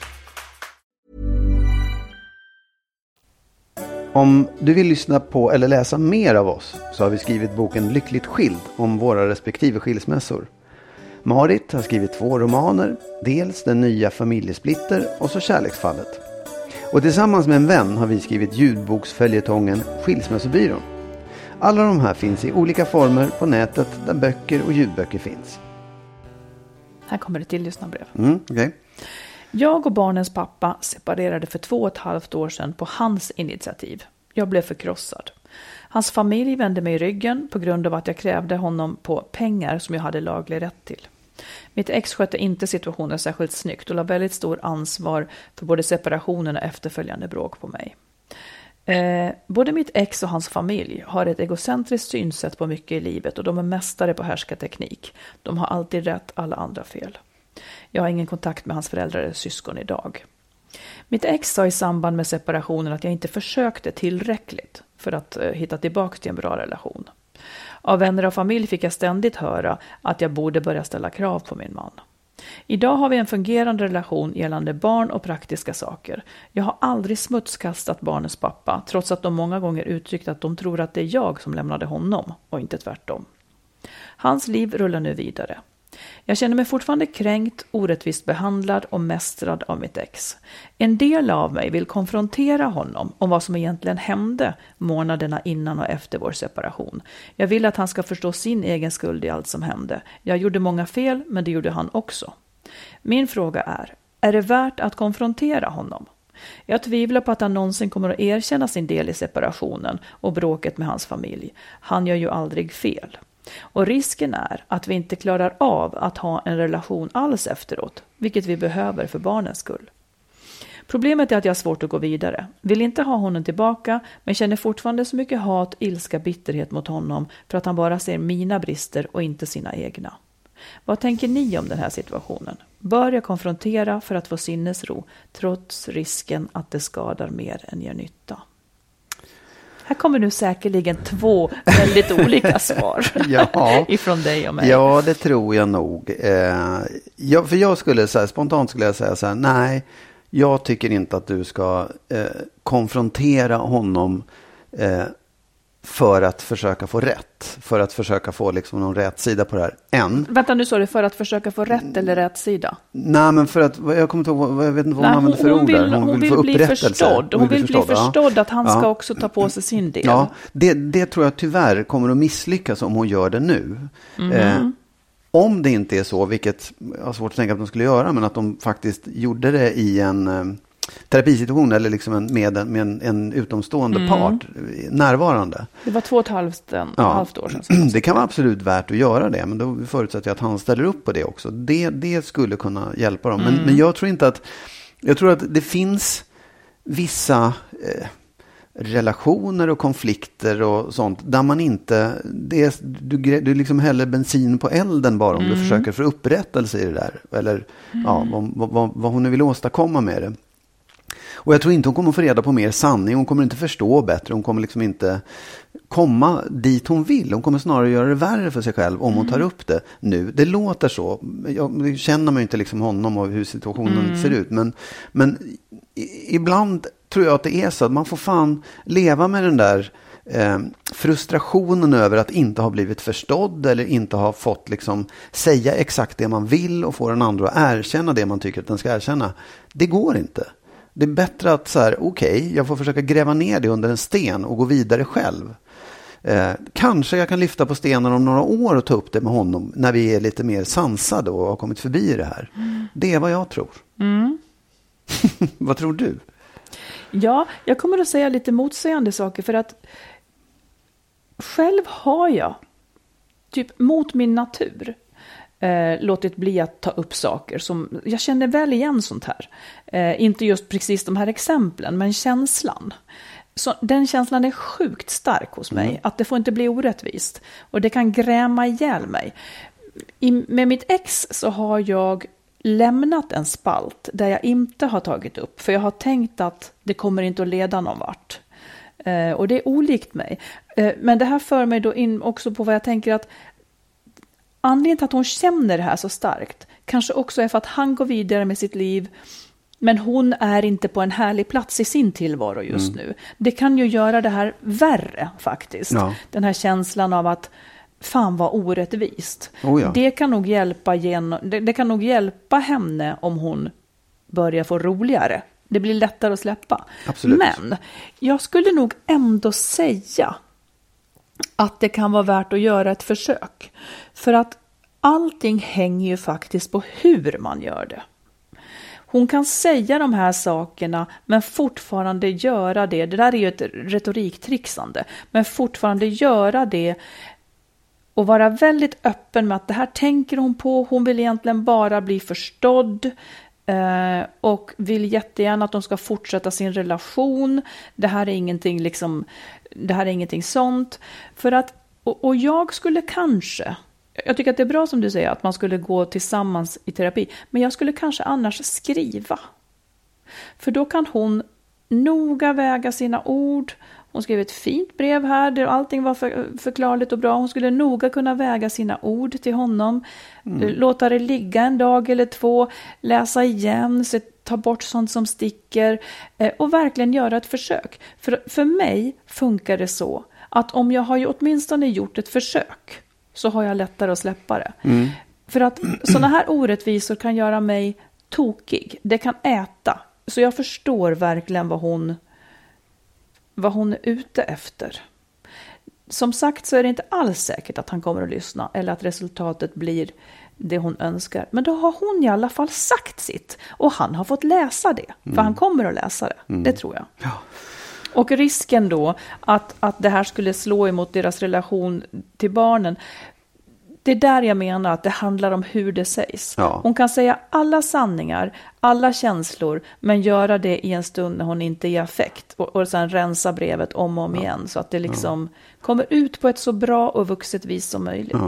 Om du vill lyssna på eller läsa mer av oss så har vi skrivit boken Lyckligt skild om våra respektive skilsmässor. Marit har skrivit 2 romaner, dels Den nya familjesplitter och så Kärleksfallet. Och tillsammans med en vän har vi skrivit ljudboksföljetongen Skilsmässobyrån. Alla de här finns i olika former på nätet där böcker och ljudböcker finns. Här kommer det till lyssnarbrev. Okay. Jag och barnens pappa separerade för 2,5 år sedan på hans initiativ. Jag blev förkrossad. Hans familj vände mig i ryggen på grund av att jag krävde honom på pengar som jag hade laglig rätt till. Mitt ex skötte inte situationen särskilt snyggt och la väldigt stor ansvar för både separationen och efterföljande bråk på mig. Både mitt ex och hans familj har ett egocentriskt synsätt på mycket i livet och de är mästare på härskarteknik. De har alltid rätt, alla andra fel. Jag har ingen kontakt med hans föräldrar eller syskon idag. Mitt ex sa i samband med separationen att jag inte försökte tillräckligt för att hitta tillbaka till en bra relation. Av vänner och familj fick jag ständigt höra att jag borde börja ställa krav på min man. Idag har vi en fungerande relation gällande barn och praktiska saker. Jag har aldrig smutskastat barnens pappa, trots att de många gånger uttryckt att de tror att det är jag som lämnade honom och inte tvärtom. Hans liv rullar nu vidare. Jag känner mig fortfarande kränkt, orättvist behandlad och mästrad av mitt ex. En del av mig vill konfrontera honom om vad som egentligen hände månaderna innan och efter vår separation. Jag vill att han ska förstå sin egen skuld i allt som hände. Jag gjorde många fel, men det gjorde han också. Min fråga är det värt att konfrontera honom? Jag tvivlar på att han någonsin kommer att erkänna sin del i separationen och bråket med hans familj. Han gör ju aldrig fel. Och risken är att vi inte klarar av att ha en relation alls efteråt, vilket vi behöver för barnens skull. Problemet är att jag har svårt att gå vidare. Vill inte ha honom tillbaka, men känner fortfarande så mycket hat, ilska, bitterhet mot honom för att han bara ser mina brister och inte sina egna. Vad tänker ni om den här situationen? Bör jag konfrontera för att få sinnesro, trots risken att det skadar mer än gör nytta? Här kommer nu säkerligen 2 väldigt olika svar ifrån dig och mig. Ja, det tror jag nog. För jag skulle säga, spontant skulle jag säga så här, nej, jag tycker inte att du ska konfrontera honom för att försöka få rätt. För att försöka få liksom någon rätt sida på det här. Vänta, nu sa du för att försöka få rätt eller rätt sida? Nej, men för att, jag kommer inte ihåg, jag vet inte vad hon använder för ord där. Hon vill bli förstådd. Hon vill bli förstådd att han ska också ta på sig sin del. Ja, det tror jag tyvärr kommer att misslyckas om hon gör det nu. Om det inte är så, vilket jag har svårt att tänka att de skulle göra, men att de faktiskt gjorde det i en terapisituation eller liksom med en utomstående part närvarande. Det var 2,5 år sedan. Det kan vara absolut värt att göra det, men då förutsätter jag att han ställer upp på det också. Det skulle kunna hjälpa dem. Men jag tror inte att... Jag tror att det finns vissa relationer och konflikter och sånt där man inte... Du liksom häller bensin på elden bara om du försöker få upprättelse i det där. Eller vad hon nu vill åstadkomma med det. Och jag tror inte hon kommer få reda på mer sanning. Hon kommer inte förstå bättre. Hon kommer liksom inte komma dit hon vill. Hon kommer snarare göra det värre för sig själv om hon tar upp det nu. Det låter så. Jag känner mig inte liksom honom och hur situationen ser ut. Men ibland tror jag att det är så att man får fan leva med den där frustrationen över att inte ha blivit förstådd eller inte ha fått liksom säga exakt det man vill och få den andra att erkänna det man tycker att den ska erkänna. Det går inte. Det är bättre att så här, okej, jag får försöka gräva ner det under en sten och gå vidare själv. Kanske jag kan lyfta på stenen om några år och ta upp det med honom när vi är lite mer sansade och har kommit förbi det här. Det är vad jag tror. Vad tror du? Ja, jag kommer att säga lite motsägande saker för att själv har jag typ mot min natur låtit bli att ta upp saker som jag känner väl igen sånt här. Inte just precis de här exemplen, men känslan. Så den känslan är sjukt stark hos mig, att det får inte bli orättvist. Och det kan gräma ihjäl mig. Med mitt ex så har jag lämnat en spalt där jag inte har tagit upp. För jag har tänkt att det kommer inte att leda någon vart. Och det är olikt mig. Men det här för mig då in också på vad jag tänker att anledningen till att hon känner det här så starkt kanske också är för att han går vidare med sitt liv, men hon är inte på en härlig plats i sin tillvaro just nu. Det kan ju göra det här värre faktiskt. Ja. Den här känslan av att fan vad orättvist. Det kan nog hjälpa det kan nog hjälpa henne om hon börjar få roligare. Det blir lättare att släppa. Absolut. Men jag skulle nog ändå säga att det kan vara värt att göra ett försök. För att allting hänger ju faktiskt på hur man gör det. Hon kan säga de här sakerna men fortfarande göra det. Det där är ju ett retoriktrixande. Men fortfarande göra det och vara väldigt öppen med att det här tänker hon på. Hon vill egentligen bara bli förstådd. Och vill jättegärna att de ska fortsätta sin relation. Det här är ingenting sånt. För att, och jag skulle kanske, jag tycker att det är bra som du säger att man skulle gå tillsammans i terapi, men jag skulle kanske annars skriva. För då kan hon noga väga sina ord. Hon skrev ett fint brev här där allting var förklarligt och bra. Hon skulle noga kunna väga sina ord till honom. Låta det ligga en dag eller 2. Läsa igen. Ta bort sånt som sticker. Och verkligen göra ett försök. För mig funkar det så att om jag har ju åtminstone gjort ett försök så har jag lättare att släppa det. För att såna här orättvisor kan göra mig tokig. Det kan äta. Så jag förstår verkligen vad hon är ute efter. Som sagt så är det inte alls säkert att han kommer att lyssna eller att resultatet blir det hon önskar. Men då har hon i alla fall sagt sitt. Och han har fått läsa det. För han kommer att läsa det. Det tror jag. Ja. Och risken då att det här skulle slå emot deras relation till barnen. Det är där jag menar att det handlar om hur det sägs. Ja. Hon kan säga alla sanningar, alla känslor, men göra det i en stund när hon inte är i affekt. Och sen rensa brevet om och om igen så att det liksom kommer ut på ett så bra och vuxet vis som möjligt. Ja.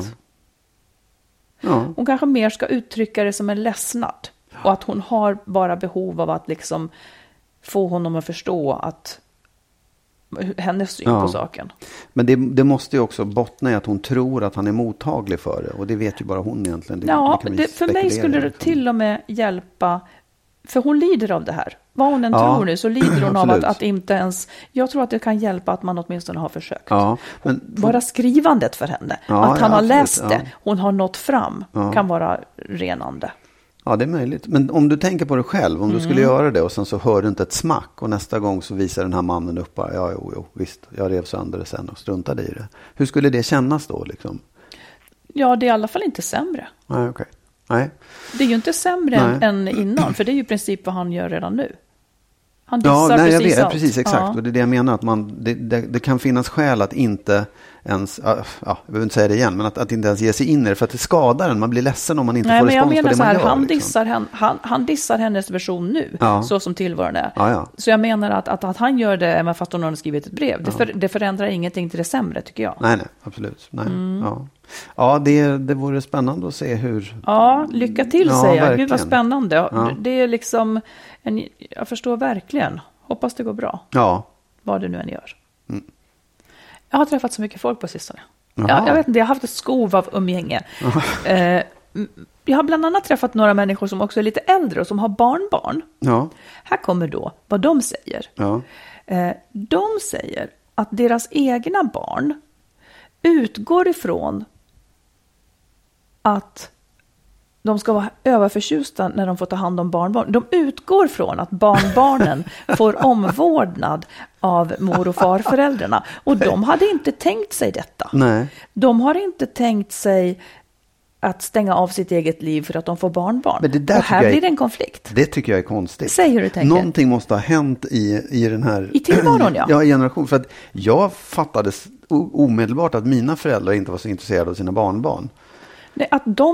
Ja. Hon kanske mer ska uttrycka det som en ledsnad. Och att hon har bara behov av att liksom få honom att förstå att hennes syn på saken. Men det måste ju också bottna i att hon tror att han är mottaglig för det. Och det vet ju bara hon egentligen. För mig skulle det till och med hjälpa. För hon lider av det här. Vad hon än tror nu så lider hon av att inte ens. Jag tror att det kan hjälpa att man åtminstone har försökt. Ja, men, bara skrivandet för henne. Att han har läst det. Hon har nått fram. Kan vara renande. Ja, det är möjligt. Men om du tänker på det själv, om du skulle göra det och sen så hör du inte ett smack och nästa gång så visar den här mannen upp visst, jag rev sönder det sen och struntade i det. Hur skulle det kännas då liksom? Ja, det är i alla fall inte sämre. Nej, okej. Nej. Det är ju inte sämre än innan, för det är ju i princip vad han gör redan nu. Han dissar jag precis vet, allt. precis, exakt. Ja. Och det är det jag menar, att det kan finnas skäl att inte ens, jag behöver inte säga det igen, men att inte ens ge sig in i det, för att det skadar en. Man blir ledsen om man inte får respons på det man gör. Han dissar hennes version nu, så som tillvaron är. Ja. Så jag menar att han gör det, även fast hon har skrivit ett brev. Det förändrar ingenting till det sämre, tycker jag. Nej, absolut. Nej. Ja, det vore spännande att se hur. Ja, lycka till, säger jag. Gud vad spännande. Ja. Det är liksom, jag förstår verkligen. Hoppas det går bra. Ja. Vad du nu än gör. Jag har träffat så mycket folk på sistone. Jag vet inte, jag har haft ett skov av umgänge. Jag har bland annat träffat några människor som också är lite äldre och som har barnbarn. Ja. Här kommer då vad de säger. Ja. De säger att deras egna barn utgår ifrån att de ska vara överförtjusta när de får ta hand om barnbarn. De utgår från att barnbarnen får omvårdnad av mor- och farföräldrarna. Och de hade inte tänkt sig detta. Nej. De har inte tänkt sig att stänga av sitt eget liv för att de får barnbarn. Men det där och här blir det en konflikt. Det tycker jag är konstigt. Säg hur du tänker. Någonting måste ha hänt i den här. I tillvaron, ja. Ja, i generation. För att jag fattade omedelbart att mina föräldrar inte var så intresserade av sina barnbarn. Nej,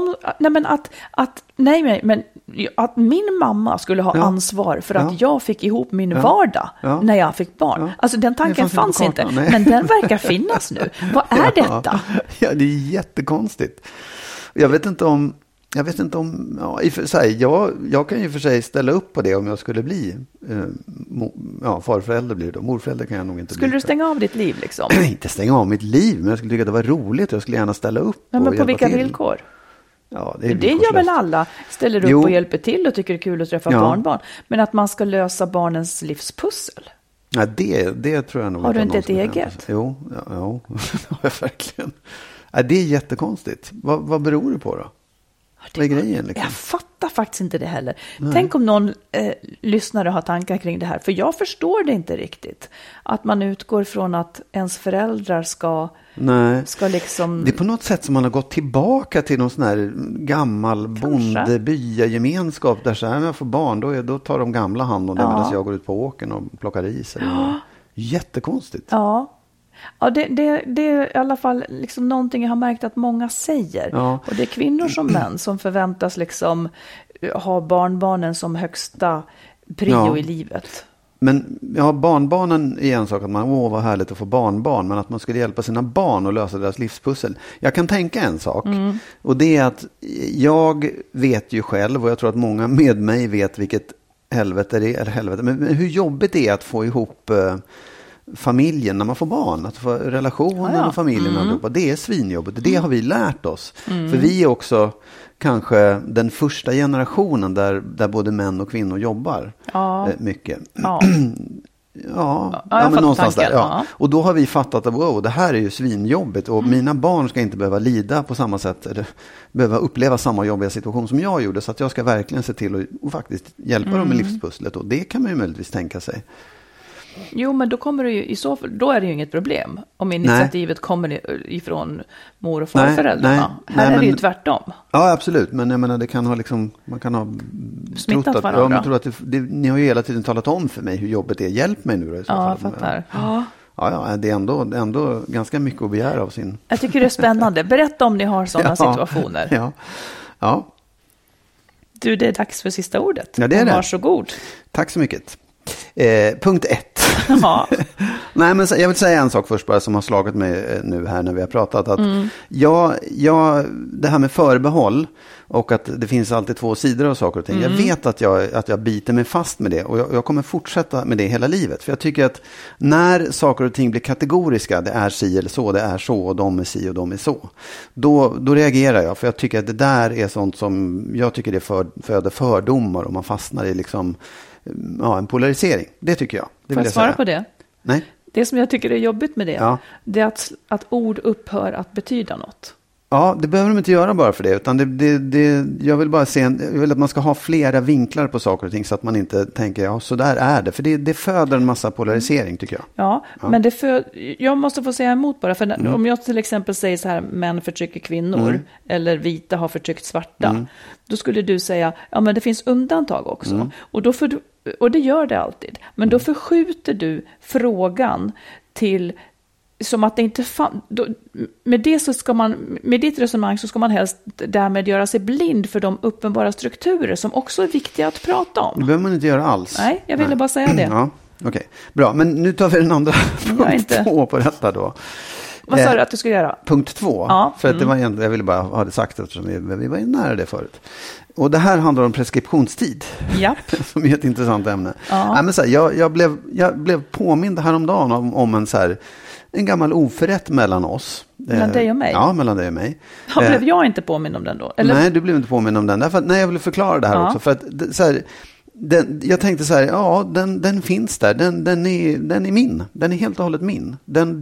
att min mamma skulle ha ansvar för att jag fick ihop min vardag när jag fick barn. Ja. Alltså den tanken fanns inte, men den verkar finnas nu. Vad är detta? Ja, det är jättekonstigt. Jag vet inte om jag kan ju för sig ställa upp på det om jag skulle bli farförälder blir det då. Morförälder kan jag nog inte bli. Skulle du stänga av ditt liv liksom? Inte stänga av mitt liv, men jag skulle tycka att det var roligt. Jag skulle gärna ställa upp. Ja, men på vilka villkor? Ja, det gör väl alla. Ställer upp och hjälper till och tycker det är kul att träffa barnbarn. Men att man ska lösa barnens livspussel. Ja, det tror jag nog. Har du inte ett eget? Jo, det har jag verkligen. Ja, det är jättekonstigt. Vad beror det på då? Vad är grejen? Liksom? Jag fattar faktiskt inte det heller. Nej. Tänk om någon lyssnare har tankar kring det här. För jag förstår det inte riktigt. Att man utgår från att ens föräldrar ska liksom. Det är på något sätt som man har gått tillbaka till någon sån här gammal bonde-byagemenskap. Där så här, när jag får barn, då tar de gamla hand om det medan jag går ut på åkern och plockar is. Jättekonstigt. Ja. Ja, det är i alla fall liksom någonting jag har märkt att många säger. Ja. Och det är kvinnor som män som förväntas liksom ha barnbarnen som högsta prio i livet. Men barnbarnen är en sak att man, vad härligt att få barnbarn, men att man skulle hjälpa sina barn och lösa deras livspussel. Jag kan tänka en sak, och det är att jag vet ju själv, och jag tror att många med mig vet vilket helvete det är, eller helvete, men hur jobbigt det är att få ihop familjen när man får barn, att få relationen och familjen det är svinjobbet. Det har vi lärt oss. För vi är också kanske den första generationen där både män och kvinnor jobbar mycket. Ja, men någonstans där. Ja. Och då har vi fattat att wow, det här är ju svinjobbigt och mina barn ska inte behöva lida på samma sätt eller behöva uppleva samma jobbiga situation som jag gjorde, så att jag ska verkligen se till och faktiskt hjälpa dem med livspusslet, och det kan man ju möjligtvis tänka sig. Jo, men då kommer det ju i så fall, då är det ju inget problem om initiativet kommer ifrån mor och farföräldrarna. Här är det ju tvärtom. Ja, absolut, men jag menar, det kan ha liksom, man kan ha smittat varandra. Ja, man tror att ni har ju hela tiden talat om för mig hur jobbet är. Hjälp mig nu då i så fall. Ja, jag fattar. Ja, det är ändå ganska mycket att begära av sin... Jag tycker det är spännande. Berätta om ni har sådana situationer. Ja. Du, det är dags för sista ordet. Ja, det är det. Varsågod. Tack så mycket. Punkt 1. Ja. Nej, men jag vill säga en sak först bara som har slagit mig nu här när vi har pratat. Att det här med förbehåll och att det finns alltid två sidor av saker och ting. Jag vet att jag biter mig fast med det, och jag kommer fortsätta med det hela livet. För jag tycker att när saker och ting blir kategoriska, det är si eller så, det är så, och de är si och de är så. Då reagerar jag, för jag tycker att det där är sånt som jag tycker det föder fördomar, och man fastnar i liksom... Ja, en polarisering. Det tycker jag. Det får jag svara på det? Nej. Det som jag tycker är jobbigt med det, det är att ord upphör att betyda något. Ja, det behöver de inte göra bara för det. Utan jag vill bara jag vill att man ska ha flera vinklar på saker och ting, så att man inte tänker, så där är det. För det föder en massa polarisering, tycker jag. Ja. Men jag måste få säga emot bara. För om jag till exempel säger så här, män förtrycker kvinnor, eller vita har förtryckt svarta. Då skulle du säga, men det finns undantag också. Och det gör det alltid. Men då förskjuter du frågan till... Som att det inte med ditt resonemang så ska man helst därmed göra sig blind för de uppenbara strukturer som också är viktiga att prata om. Det behöver man inte göra alls. Nej, jag ville bara säga det. Ja, okej. Bra, men nu tar vi den andra punkt 2 på detta då. Vad sa du att du skulle göra? Punkt 2. Ja. För att det var jag ville bara ha det sagt eftersom vi var nära det förut. Och det här handlar om preskriptionstid. Ja. Som är ett intressant ämne. Ja. Nej, men så här, jag blev påmind häromdagen om en gammal oförrätt mellan oss. Mellan dig och mig? Ja, mellan dig och mig. Blev jag inte påmind om den då? Eller? Nej, du blev inte påmind om den. Därför att, jag ville förklara det här också. För att så här, jag tänkte så här, den finns där. Den är min. Den är helt och hållet min.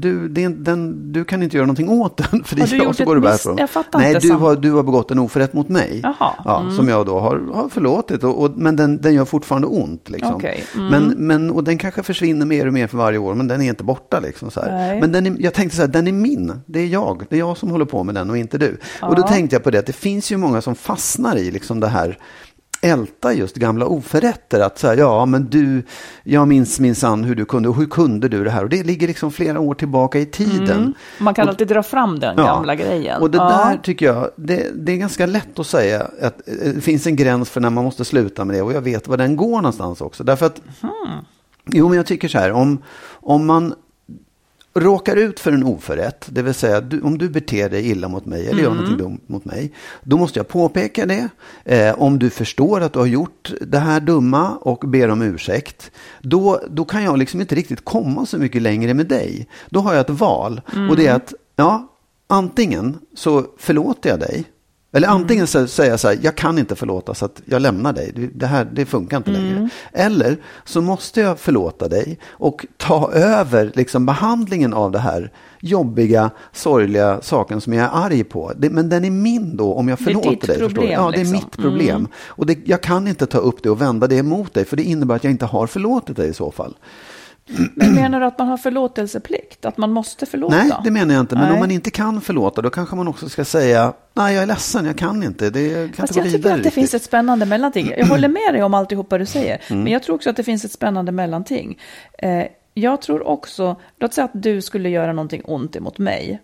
Du kan inte göra någonting åt den. För det jag som går det från. Jag fattar Nej, inte. Du har begått en oförrätt mot mig. Som jag då har förlåtit. Men den gör fortfarande ont. Liksom. Okay. Och den kanske försvinner mer och mer för varje år. Men den är inte borta. Liksom, så här. Men jag tänkte så här, den är min. Det är jag som håller på med den och inte du. Och då tänkte jag på det, att det finns ju många som fastnar i liksom det här, älta just gamla oförrätter, att säga, men jag minns minsann hur kunde du det här, och det ligger liksom flera år tillbaka i tiden. Man kan alltid dra fram den gamla grejen. Och det där tycker jag, det är ganska lätt att säga att det finns en gräns för när man måste sluta med det, och jag vet var den går någonstans också, därför att men jag tycker så här, om man råkar ut för en oförrätt, det vill säga om du beter dig illa mot mig eller gör någonting dumt mot mig, då måste jag påpeka det. Om du förstår att du har gjort det här dumma och ber om ursäkt, då kan jag liksom inte riktigt komma så mycket längre med dig. Då har jag ett val, och det är att antingen så förlåter jag dig, eller antingen säger jag så här, jag kan inte förlåta så att jag lämnar dig. Det funkar inte längre. Eller så måste jag förlåta dig och ta över liksom behandlingen av det här jobbiga, sorgliga saken som jag är arg på. Men den är min då om jag förlåter dig. Problem, ja, det är mitt problem. Och jag kan inte ta upp det och vända det emot dig, för det innebär att jag inte har förlåtit dig i så fall. Men menar du att man har förlåtelseplikt? Att man måste förlåta? Nej, det menar jag inte. Men om man inte kan förlåta, då kanske man också ska säga, nej, jag är ledsen, jag kan inte. Jag tycker att det finns ett spännande mellanting. Jag håller med dig om alltihopa du säger. Men jag tror också att det finns ett spännande mellanting. Jag tror också, låt säga att du skulle göra någonting ont emot mig.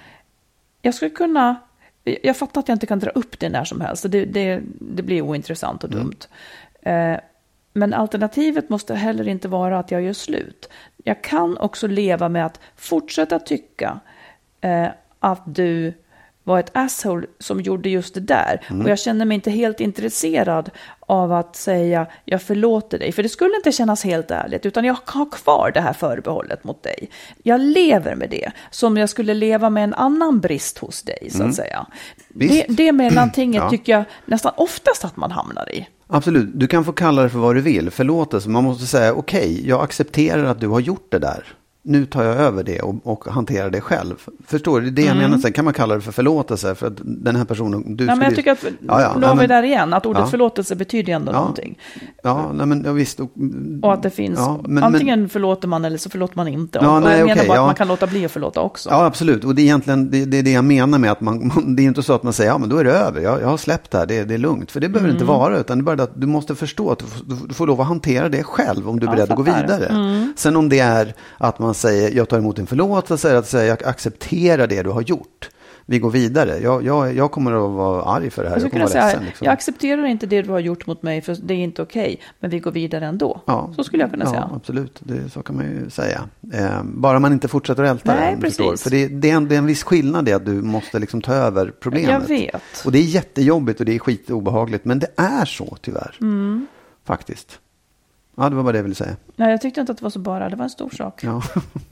Jag fattar att jag inte kan dra upp det när som helst. Det blir ointressant och dumt. Men alternativet måste heller inte vara att jag gör slut. Jag kan också leva med att fortsätta tycka att du var ett asshole som gjorde just det där. Och jag känner mig inte helt intresserad av att säga jag förlåter dig. För det skulle inte kännas helt ärligt, utan jag har kvar det här förbehållet mot dig. Jag lever med det som jag skulle leva med en annan brist hos dig, så att säga. Det mellantinget tycker jag nästan oftast att man hamnar i. Absolut, du kan få kalla det för vad du vill. Förlåtelse, man måste säga okej, jag accepterar att du har gjort det där. Nu tar jag över det och hanterar det själv. Förstår du? Det jag menar. Sen kan man kalla det för förlåtelse för att den här personen... men jag tycker att, nu har vi där igen, att ordet förlåtelse betyder ändå någonting. Ja, nej, men visst. Och att det finns, antingen förlåter man eller så förlåter man inte. Och jag menar bara att man kan låta bli att förlåta också. Ja, absolut. Och det är egentligen det är det jag menar med att det är inte så att man säger, men då är det över. Jag har släppt det här, det är lugnt. För det behöver inte vara, utan det är bara att du måste förstå att du får lov att hantera det själv om du är beredd att gå vidare. Sen om det är att man säger, jag tar emot en förlåtelse, att säga, jag accepterar det du har gjort. Vi går vidare. Jag kommer att vara arg för det här. Jag accepterar inte det du har gjort mot mig, för det är inte okej. Men vi går vidare ändå. Ja, så skulle jag kunna säga. Ja, absolut. Så kan man ju säga. Bara man inte fortsätter att älta det. Precis. För det är en viss skillnad i att du måste liksom ta över problemet. Jag vet. Och det är jättejobbigt och det är skitobehagligt. Men det är så tyvärr. Faktiskt. Ja, det var bara det jag ville säga. Nej, jag tyckte inte att det var så bara. Det var en stor sak. Ja.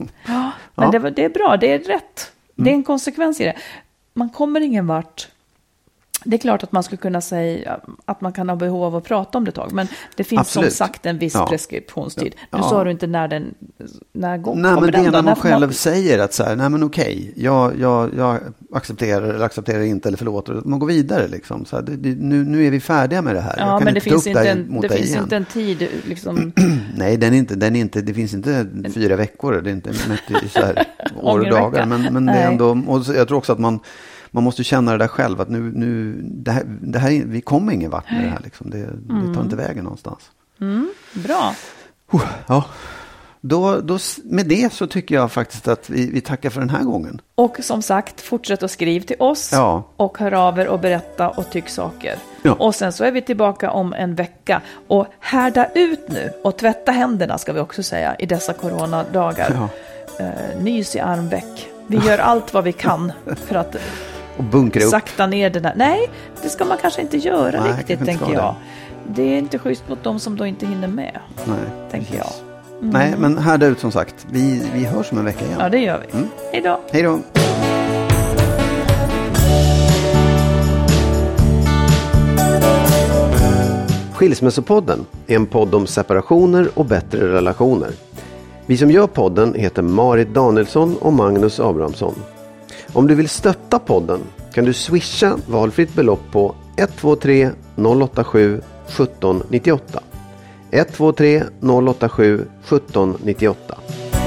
Men det är bra. Det är rätt. Det är en konsekvens i det. Man kommer ingen vart. Det är klart att man skulle kunna säga att man kan ha behov av att prata om det ett tag. Men det finns Absolut. som sagt en viss preskriptionstid. Nu sa du inte när gång nej, kommer men det den. är när man själv säger att så här, nej men okej, jag accepterar eller accepterar inte eller förlåter. Man går vidare liksom. Så här, nu är vi färdiga med det här. Ja, men det finns inte en tid liksom. Nej, det finns inte 4 veckor. Det är inte mätt i så här år och dagar. Men det är ändå, och jag tror också att man måste känna det där själv, att nu det här, vi kommer ingen vart med det här. Liksom. Det tar inte vägen någonstans. Bra. Ja. Då, med det så tycker jag faktiskt att vi tackar för den här gången. Och som sagt, fortsätt att skriva till oss och hör av er och berätta och tyck saker. Ja. Och sen så är vi tillbaka om en vecka. Och härda ut nu och tvätta händerna, ska vi också säga, i dessa coronadagar. Nys i armveck. Vi gör allt vad vi kan för att och bunkra upp. Sakta ner den här. Nej, det ska man kanske inte göra riktigt, tänker jag. Det är inte schysst mot dem som då inte hinner med. Nej, tänker jag. Nej, men härda ut som sagt. Vi hörs om en vecka igen. Ja, det gör vi. Hej då. Hej då. Skilsmässopodden är en podd om separationer och bättre relationer. Vi som gör podden heter Marit Danielsson och Magnus Abrahamsson. Om du vill stötta podden kan du swisha valfritt belopp på 123 087 1798. 123 087 1798.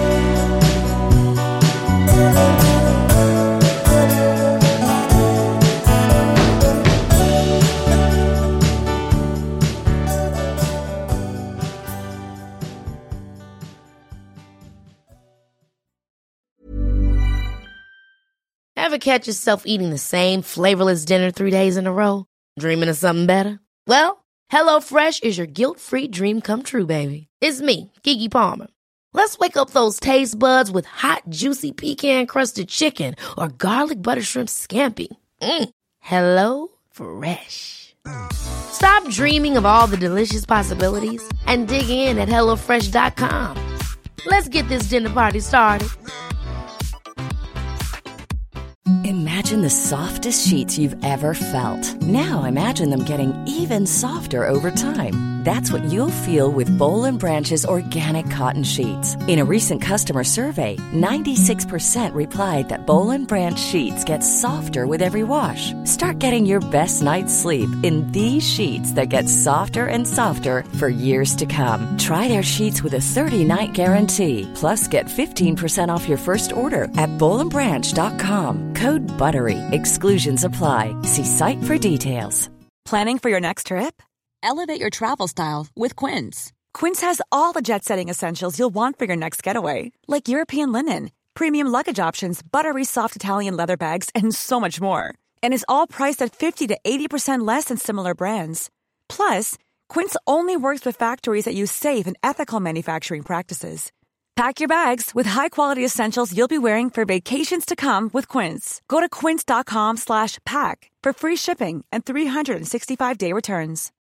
Ever catch yourself eating the same flavorless dinner 3 days in a row? Dreaming of something better? Well, HelloFresh is your guilt-free dream come true, baby. It's me, Keke Palmer. Let's wake up those taste buds with hot, juicy pecan-crusted chicken or garlic butter shrimp scampi. Hello Fresh. Stop dreaming of all the delicious possibilities and dig in at HelloFresh.com. Let's get this dinner party started. Imagine the softest sheets you've ever felt. Now imagine them getting even softer over time. That's what you'll feel with Boll & Branch's organic cotton sheets. In a recent customer survey, 96% replied that Boll & Branch sheets get softer with every wash. Start getting your best night's sleep in these sheets that get softer and softer for years to come. Try their sheets with a 30-night guarantee. Plus, get 15% off your first order at bollandbranch.com. Code BUTTERY. Exclusions apply. See site for details. Planning for your next trip? Elevate your travel style with Quince. Quince has all the jet-setting essentials you'll want for your next getaway, like European linen, premium luggage options, buttery soft Italian leather bags, and so much more. And is all priced at 50 to 80% less than similar brands. Plus, Quince only works with factories that use safe and ethical manufacturing practices. Pack your bags with high-quality essentials you'll be wearing for vacations to come with Quince. Go to quince.com/pack for free shipping and 365-day returns.